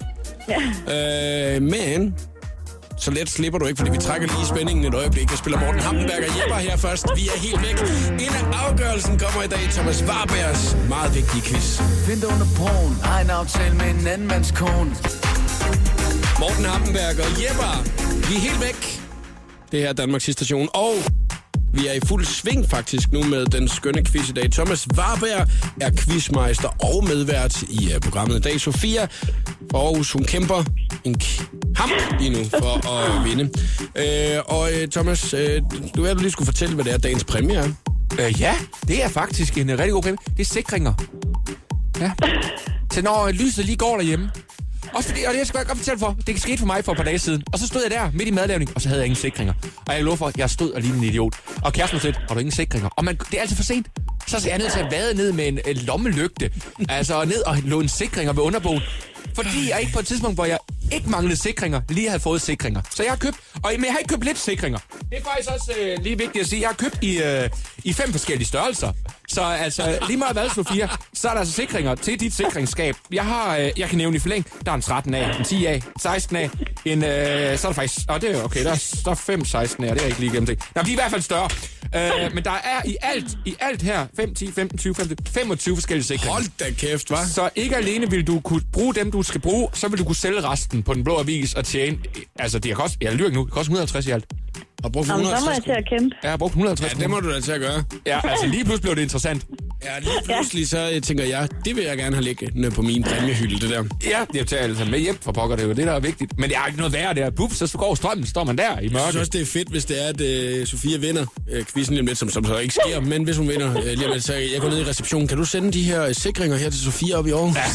Ja. Øh, men så let slipper du ikke, fordi vi trækker lige spændingen et øjeblik. Jeg spiller Morten Hampenberg og Jepper her først. Vi er helt væk. Inden afgørelsen kommer i dag Thomas Warbergs meget vigtige quiz. Vind under broen, har en aftale med en anden mands kone. Morten Hampenberg og Jepper, vi er helt væk. Det her er Danmarks station, og vi er i fuld sving faktisk nu med den skønne quiz i dag. Thomas Warberg er quizmeister og medvært i uh, programmet i dag. Sofia fra Aarhus, hun kæmper en kamp lige nu for at vinde. Uh, og uh, Thomas, uh, du vil lige skulle fortælle, hvad det er dagens præmie er. Uh, ja, det er faktisk en uh, rigtig god præmie. Det er sikringer. Ja. Så når lyset lige går derhjemme. Også fordi, og det jeg skal jeg godt fortælle for, det skete for mig for et par dage siden. Og så stod jeg der midt i madlavning, og så havde jeg ingen sikringer. Og jeg lover for, at jeg stod og lignede en idiot. Og kæresten sagde, har du ingen sikringer? Og man, det er altid for sent. Så er jeg nødt til at vade ned med en, en lommelygte. Altså ned og låne sikringer ved underboen. Fordi jeg ikke på et tidspunkt, hvor jeg ikke manglede sikringer, lige havde fået sikringer. Så jeg har købt, og men jeg har ikke købt lidt sikringer. Det er faktisk også øh, lige vigtigt at sige, jeg har købt i, øh, i fem forskellige størrelser. Så altså, lige meget hvad, Sofia, så er der altså sikringer til dit sikringsskab. Jeg har, øh, jeg kan nævne i flæng, der er en tretten A, en ti A, seksten A, en, øh, så er der faktisk, og det er okay, der er, der er fem seksten A'er, det er ikke lige gennemtænkt. Nå, de er i hvert fald større. Øh, men der er i alt, i alt her, fem, ti, femten, tyve, femogtyve forskellige sikringer. Hold da kæft, hva'? Så ikke alene vil du kunne bruge dem, du skal bruge, så vil du kunne sælge resten på Den Blå Avis og tjene, altså det har kostet, jeg lyver nu, det koster et hundrede og halvtreds i alt. Og brugt Jamen, så må jeg til at kæmpe. Jeg har brugt et hundrede og halvtreds. Ja, det må du da til at gøre. Ja, altså lige pludselig blev det interessant. Ja, lige pludselig så tænker jeg, det vil jeg gerne have liggende på min præmiehylde, det der. Ja, det tager altså med hjem for pokker, det er jo det, der er vigtigt. Men det er ikke noget værre der. Bup, så går strømmen, står man der i mørket. Jeg synes også, det er fedt, hvis det er, at uh, Sofia vinder uh, quizzen lige om lidt, som, som så ikke sker. Men hvis hun vinder uh, lige om lidt, så jeg går ned i receptionen. Kan du sende de her uh, sikringer her til Sofia op i år? Ja.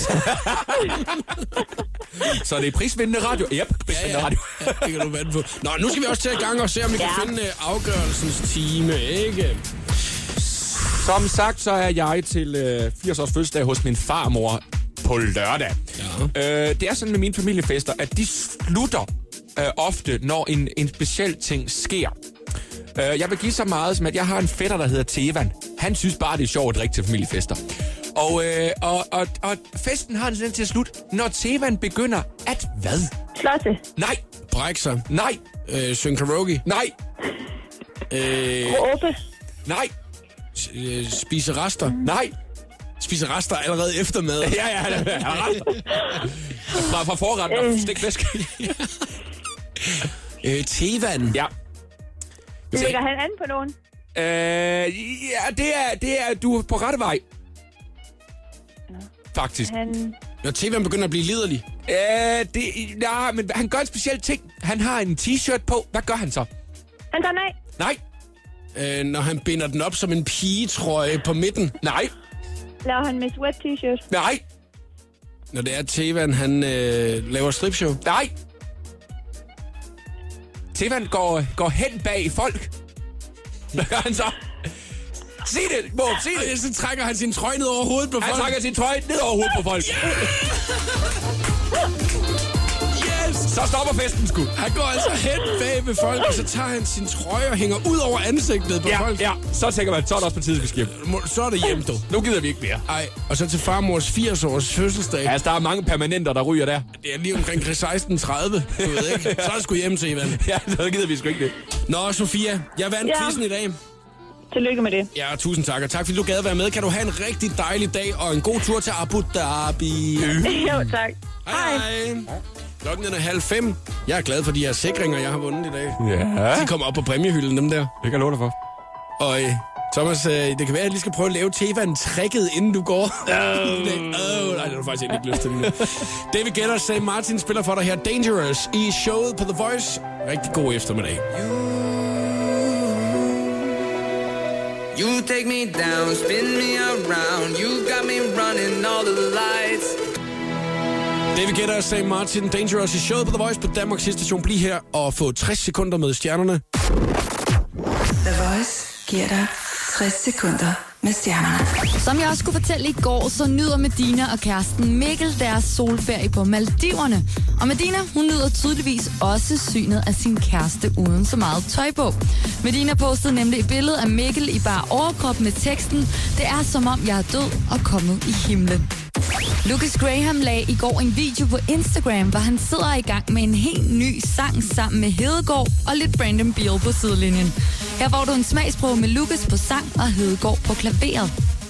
Så det er prisvindende radio. Yep, prisvindende ja, ja. radio. Ja, det kan du vande på. Nå, nu skal vi også til at gang og se, om vi ja. kan finde uh, afgørelsens time, ikke? Som sagt, så er jeg til øh, firs års fødselsdag hos min farmor på lørdag. Ja. Øh, det er sådan med mine familiefester, at de slutter øh, ofte, når en, en speciel ting sker. Uh, jeg vil give så meget, som at jeg har en fætter, der hedder Tevan. Han synes bare, det er sjovt at drikke til familiefester. Og, øh, og, og, og festen har en tendens til at slutte, når Tevan begynder at hvad? Slåsse. Nej. Bræk sig. Nej. Øh, Synge karaoke. Nej. Øh, Råbe. Nej. øh, spise rester. Nej. Spise rester allerede efter mad. Ja, ja, ja. ja, ja. Fra, fra forretten og stikfisk. øh, Tevan. Ja. Lægger han an på nogen? Øh, ja, det er, det er, du er på rette vej. Faktisk. Han... Når Tevan begynder at blive liderlig. Øh, det, nej, men han gør en speciel ting. Han har en t-shirt på. Hvad gør han så? Han tager den af. Nej. Øh, når han binder den op som en pigetrøje på midten. Nej. Laver han med sweat t-shirt? Nej. Når det er Tevan, han øh, laver stripshow. Nej. Tevan går, går hen bag folk. Hvad gør han så? Sig det, Måb, sig det. Og så trækker han sin trøje ned over hovedet på Han folk. trækker sin trøje ned over hovedet på folk. Yes! Så stopper festen sgu. Han går altså hen bag ved folk, og så tager han sin trøje og hænger ud over ansigtet på Ja, folk. ja. Så tænker man, så er det også på tide, vi skal hjem. Må- Så er det hjem, du. Nu gider vi ikke mere. Ej, og så til farmors firs-års fødselsdag. Altså, der er mange permanenter, der ryger der. Det er lige omkring seksten tredive, du ved ikke. Så er det sgu hjem til, Ivan. Ja, så gider vi sgu ikke det. Nå, Sofia, jeg vandt Ja. quizzen i dag. Tillykke med det. Ja, tusind tak, og tak fordi du gad være med. Kan du have en rigtig dejlig dag og en god tur til Abu Dhabi. Jo, tak. Hej, hej. Klokken er halv fem. Jeg er glad for de her sikringer, jeg har vundet i dag. Ja, De kommer op på præmiehylden, dem der. det kan jeg love dig for. Og øh, Thomas, øh, det kan være, at jeg lige skal prøve at lave Tevan-trækket, inden du går. Åh, oh, nej, det har du faktisk ikke lyst til. David Guetta, Saint Martin spiller for dig her. Dangerous i showet på The Voice. Rigtig god eftermiddag. You take me down, spin me around. You got me running all the lights. David Guetta, Saint Martin, Dangerous i showet på The Voice på Danmarks station. Bliv her og få tres sekunder med stjernerne. The Voice giver dig tres sekunder med stjernerne. Som jeg også kunne fortælle i går, så nyder Medina og kæresten Mikkel deres solferie på Maldiverne. Og Medina, hun nyder tydeligvis også synet af sin kæreste uden så meget tøj på. Medina postede nemlig et billede af Mikkel i bare overkrop med teksten: "Det er som om jeg er død og kommet i himlen." Lucas Graham lagde i går en video på Instagram, hvor han sidder i gang med en helt ny sang sammen med Hedegaard og lidt Brandon Beal på sidelinjen. Her får du en smagsprøve med Lucas på sang og Hedegaard på klaveret.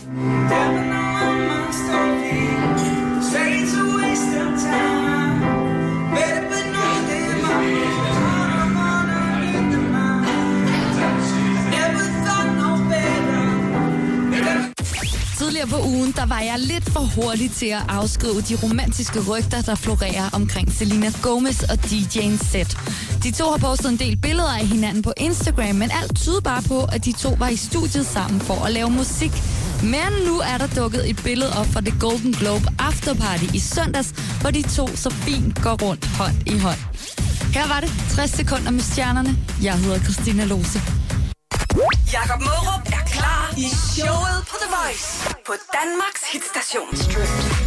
Tidligere på ugen, der var jeg lidt for hurtig til at afskrive de romantiske rygter, der florerer omkring Selena Gomez og D J'en Set. De to har postet en del billeder af hinanden på Instagram, men alt tyder bare på, at de to var i studiet sammen for at lave musik. Men nu er der dukket et billede op fra The Golden Globe Afterparty i søndags, hvor de to så fint går rundt hånd i hånd. Her var det tres sekunder med stjernerne. Jeg hedder Christina Lose. Jakob Mårup er klar i showet på The Voice på Danmarks hitstation.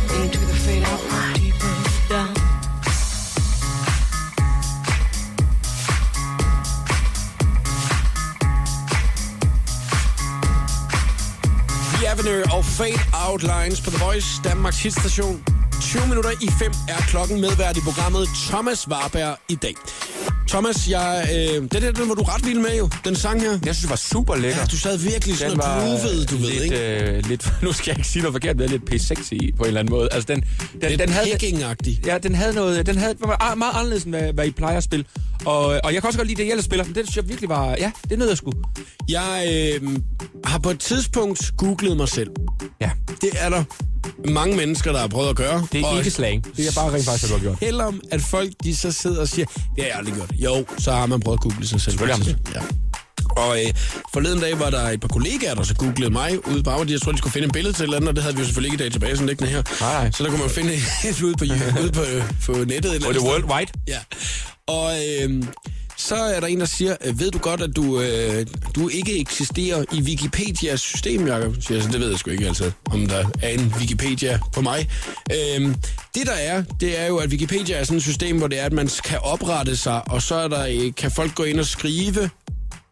The Avenue og Fade Outlines på The Voice, Danmarks hitstation. tyve minutter i fem er klokken. Medvært i programmet Thomas Warberg i dag. Thomas, jeg, øh, det der, den var du ret vild med jo, den sang her. Jeg synes, det var super lækker. Ja, du sad virkelig sådan Den og var groovede, du ved, lidt, ikke? øh, lidt, nu skal jeg ikke sige noget forkert, men lidt p-sexy på en eller anden måde. Altså, den, den, Lidt den havde, picking-agtig. ja, den havde noget, den havde, var meget anderledes, end hvad, hvad I plejer at spille. Og, og jeg kan også godt lide det, jeg spiller, men det synes jeg virkelig var, ja, det nød jeg sgu. Jeg øh, har på et tidspunkt googlet mig selv. Ja, Det er der mange mennesker, der har prøvet at gøre. det er Og ikke slang. Det er bare rent faktisk, at du har gjort. Selvom at folk de så sidder og siger, det har jeg aldrig gjort. Jo, så har man prøvet at google sig selv. Selvfølgelig har Ja. Og øh, forleden dag var der et par kollegaer, der så googlede mig ude på arbejde. Jeg tror, de skulle finde et billede til et eller andet, og det havde vi jo selvfølgelig ikke i dag tilbage, sådan liggende her. Nej, nej. Så der kunne man finde et ude på, ude på, på nettet. Et eller Og andet det er sted. worldwide. Ja. Og øh, så er der en, der siger, ved du godt, at du, øh, du ikke eksisterer i Wikipedias system, Jacob? Så jeg, så det ved jeg sgu ikke, altså, om der er en Wikipedia på mig. Øh, det der er, det er jo, at Wikipedia er sådan et system, hvor det er, at man kan oprette sig, og så er der, kan folk gå ind og skrive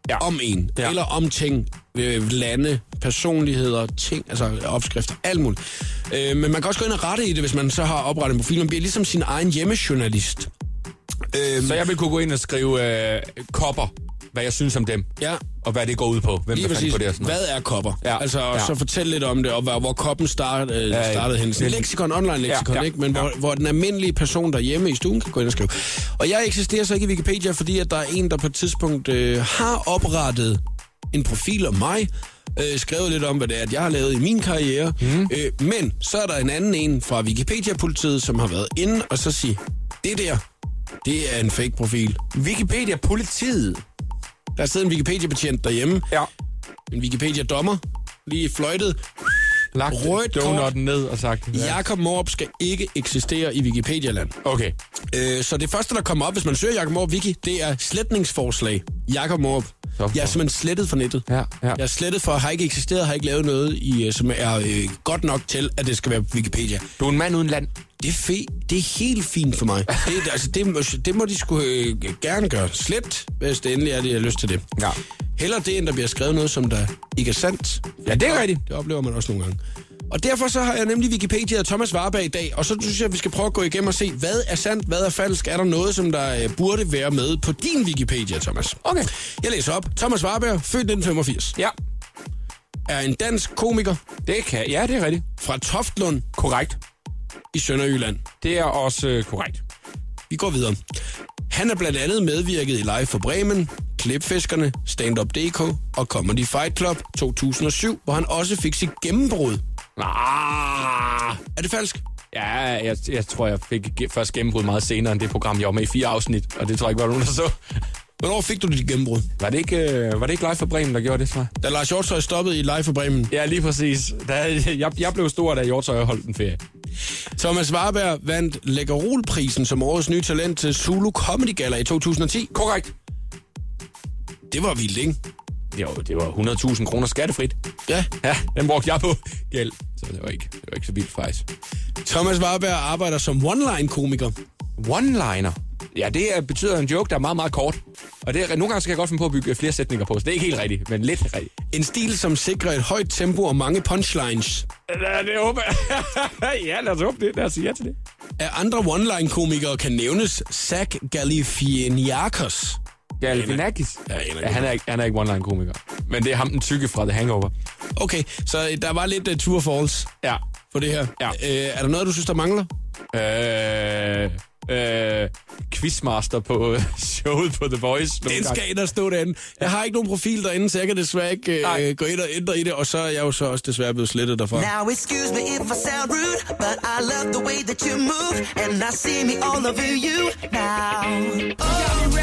ja. om en, ja. eller om ting, øh, lande, personligheder, ting, altså opskrifter, alt muligt. Øh, men man kan også gå ind og rette i det, hvis man så har oprettet en profil. Man bliver ligesom sin egen hjemmejournalist. Øh, så jeg vil kunne gå ind og skrive øh, kopper, hvad jeg synes om dem. Ja. Og hvad det går ud på. Hvem Lige der fandt på det og sådan noget. Hvad er kopper? Ja. Altså, og ja. så fortæl lidt om det, og hvor, hvor koppen start, øh, ja, startede hen. Ja. Lexikon, online leksikon, ja, ja, ikke? Men ja. hvor, hvor den almindelige person derhjemme i stuen kan gå ind og skrive. Og jeg eksisterer så ikke i Wikipedia, fordi at der er en, der på et tidspunkt øh, har oprettet en profil om mig, øh, skrevet lidt om, hvad det er, at jeg har lavet i min karriere. Mm. Øh, men så er der en anden en fra Wikipedia-politiet, som har været inde og så sige, det der, det er en fake-profil. Wikipedia-politiet? Der sidder en Wikipedia-betjent derhjemme. Ja. En Wikipedia-dommer. Lige fløjtet. Lagt donutten ned og sagt... Ja. Jakob Mårup skal ikke eksistere i Wikipedia-land. Okay. Øh, så det første, der kommer op, hvis man søger Jakob Mårup Wiki, det er sletningsforslag. Jakob Mårup. Jeg er simpelthen slettet fra nettet. Ja, ja. Jeg er slettet for, har ikke eksisteret, har ikke lavet noget, i, som er øh, godt nok til, at det skal være Wikipedia. Du er en mand uden land. Det er, fe- det er helt fint for mig. det, altså, det, det må de sgu øh, gerne gøre. Slet, hvis det endelig er, de har lyst til det. Ja. Heller det, end der bliver skrevet noget, som der ikke er sandt. Ja, det er rigtigt. Det oplever man også nogle gange. Og derfor så har jeg nemlig Wikipedia og Thomas Warberg i dag, og så synes jeg, at vi skal prøve at gå igennem og se, hvad er sandt, hvad er falsk. Er der noget, som der øh, burde være med på din Wikipedia, Thomas? Okay. Jeg læser op. Thomas Warberg, født nitten femogfirs. Ja. Er en dansk komiker. Det kan, ja, det er rigtigt. Fra Toftlund. Korrekt. I Sønderjylland. Det er også øh, korrekt. Vi går videre. Han er blandt andet medvirket i Live for Bremen, Klipfiskerne, Stand Up punktum d k og Comedy Fight Club to tusind og syv, hvor han også fik sit gennembrud. Ah. Er det falsk? Ja, jeg, jeg tror, jeg fik først gennembrud meget senere end det program. Jeg var med i fire afsnit, og det tror jeg ikke var nogen, der så. Hvornår fik du dit gennembrud? Var det ikke, øh, var det ikke Live for Bremen, der gjorde det, så? Da Lars Hjortøj stoppede i Live for Bremen? Ja, lige præcis. Da, jeg, jeg blev stor, da Hjortøj holdt en ferie. Thomas Warberg vandt Lækkerol-prisen som årets nye talent til Zulu Comedy Gala i to tusind og ti. Korrekt. Det var vildt, ikke? Jo, det var hundrede tusind kroner skattefrit. Ja. Ja, den brugte jeg på gæld. Så det var ikke, det var ikke så vildt faktisk. Thomas Warberg arbejder som one-line-komiker. One-liner? Ja, det er, betyder en joke, der er meget, meget kort. Og det er, nogle gange skal jeg godt finde på at bygge flere sætninger på, så det er ikke helt rigtigt, men lidt rigtigt. En stil, som sikrer et højt tempo og mange punchlines. Ja, det håber jeg. Ja, lad os håbe det. Lad os sige ja til det. Af andre one-line-komikere kan nævnes Zach Galifianakis. Galifianakis? Ja, ja, han er ikke, han er ikke one-line-komiker. Men det er ham den tykke fra The Hangover. Okay, så der var lidt uh, true or false ja. for det her. Ja. Uh, er der noget, du synes, der mangler? Øh... Øh, quizmaster på showet på The Voice. Den skal der stå derinde. Jeg har ikke nogen profil derinde, så jeg kan desværre ikke øh, gå ind og ændre i det, og så er jeg jo så også desværre blevet slettet derfra. Now excuse me if I sound rude, but I love the way that you move, and I see me all over you now. Oh,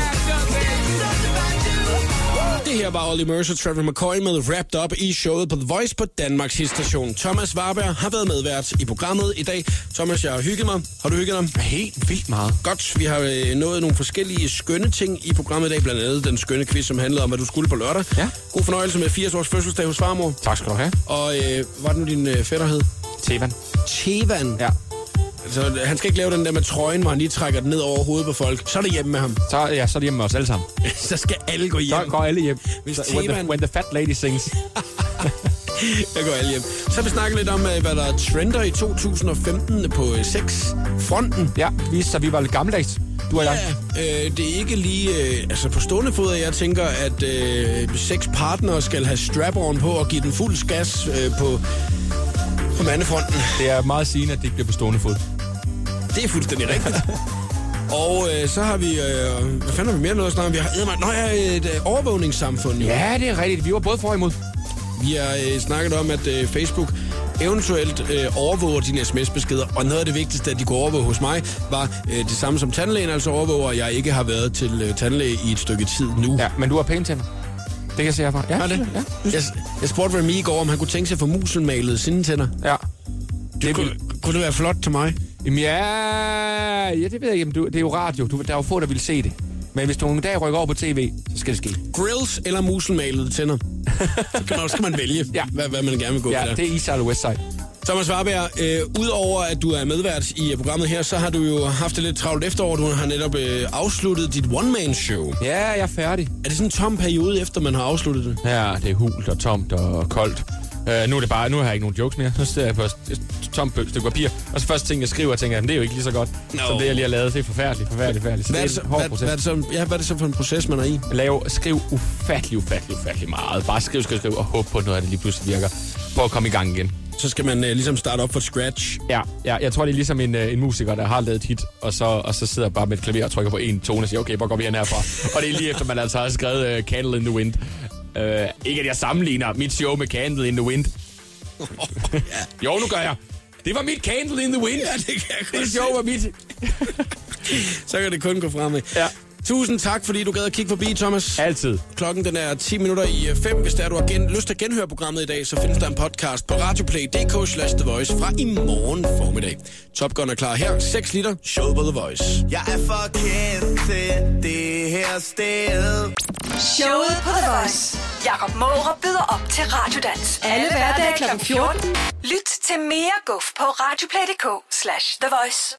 det her var Olly Mercer, Trevor McCoy med Wrapped Up i showet på The Voice på Danmarks hitstation. Thomas Warberg har været medvært i programmet i dag. Thomas, jeg har hygget mig. Har du hygget dig? Helt vildt meget. Godt. Vi har øh, nået nogle forskellige skønne ting i programmet i dag. Blandt andet den skønne quiz, som handlede om, hvad du skulle på lørdag. Ja. God fornøjelse med firs års fødselsdag hos farmor. Tak skal du have. Og øh, hvad er det nu, din øh, fætter hed? Tevan. Tevan? Ja. Altså, han skal ikke lave den der med trøjen, hvor han lige trækker den ned over hovedet på folk. Så er det hjemme med ham. Så, ja, så er det hjemme med os alle sammen. Så skal alle gå hjem. Så går alle hjem. Hvis so, when, the, when the fat lady sings. Jeg går alle hjem. Så vil vi snakke lidt om, hvad der trender i to tusind og femten på sexfronten. Ja, viste sig, vi var lidt gammeldags. Du og ja, jeg. Øh, det er ikke lige øh, altså på stående fod, at jeg tænker, at øh, seks partnere skal have strap-on på og give den fuld gas øh, på, på mandefronten. Det er meget sigende, at det ikke bliver på stående fod. Det er fuldstændig rigtigt. Og øh, så har vi... Øh, hvad fanden har vi mere noget at snakke om? Vi har Nå, ja, et øh, overvågningssamfund. Jo. Ja, det er rigtigt. Vi var både for og imod. Vi har øh, snakket om, at øh, Facebook eventuelt øh, overvåger dine sms-beskeder. Og noget af det vigtigste, at de kunne overvåge hos mig, var øh, det samme som tandlægen, altså overvåger, at jeg ikke har været til øh, tandlæge i et stykke tid nu. Ja, men du har pæne tænder. Det kan jeg se herfra. Ja, har det? Ja. Jeg, jeg spurgte Remy i går, om han kunne tænke sig for muselmalet sine tænder. Ja. Det kunne, kunne det være flot til mig? Jamen ja, ja det ved jeg ikke. Du, det er jo radio. Du, der er jo få, der vil se det. Men hvis du en dag rykker over på tv, så skal det ske. Grills eller muselmalede tænder? Så kan man, skal man vælge, ja. hvad, hvad man gerne vil gå ja, med der. Det er East Side og West Side. Thomas Warberg, øh, udover at du er medvært i programmet her, så har du jo haft det lidt travlt efterår. Du har netop øh, afsluttet dit one-man-show. Ja, jeg er færdig. Er det sådan en tom periode, efter man har afsluttet det? Ja, det er hult og tomt og koldt. Uh, nu er det bare, nu har jeg ikke nogen jokes mere. Nu sidder jeg på et tomt stykke papir. Og så første ting, jeg skriver, tænker jeg, det er jo ikke lige så godt, no. som det, jeg lige har lavet. Det er forfærdeligt, forfærdeligt, forfærdeligt. Så hvad, er det det så, er en hård hvad, proces. hvad, er det så, ja, hvad er det så for en proces, man er i? Lav, skriv ufattelig, ufattelig, ufattelig meget. Bare skriv, skriv, skriv og håb på, at noget af det lige pludselig virker. Prøv at komme i gang igen. Så skal man uh, ligesom starte op fra scratch. Ja, ja, jeg tror, det er ligesom en, uh, en musiker, der har lavet et hit, og så, og så sidder bare med et klaver og trykker på en tone og siger, okay, hvor går vi hen herfra? Og det er lige efter, man altså har skrevet uh, Candle in the Wind. Uh, ikke at jeg sammenligner mit show med Candle in the Wind. ja. Jo, nu gør jeg. Det var mit Candle in the Wind. Ja, det kan jeg godt det show var mit. Så kan det kun gå fremad. Ja. Tusind tak, fordi du gad at kigge forbi, Thomas. Altid. Klokken den er ti minutter i fem. Hvis der du har gen- lyst til at genhøre programmet i dag, så findes der en podcast på radioplay punktum d k slash The Voice fra i morgen formiddag. Top Gun er klar her. seks liter. Show på The Voice. Jeg er for kendt til det her sted. Showet på The Voice. Jakob Mårup byder op til Radiodans. Alle hverdage klokken fjorten. Lyt til mere guf på radioplay punktum d k slash The Voice.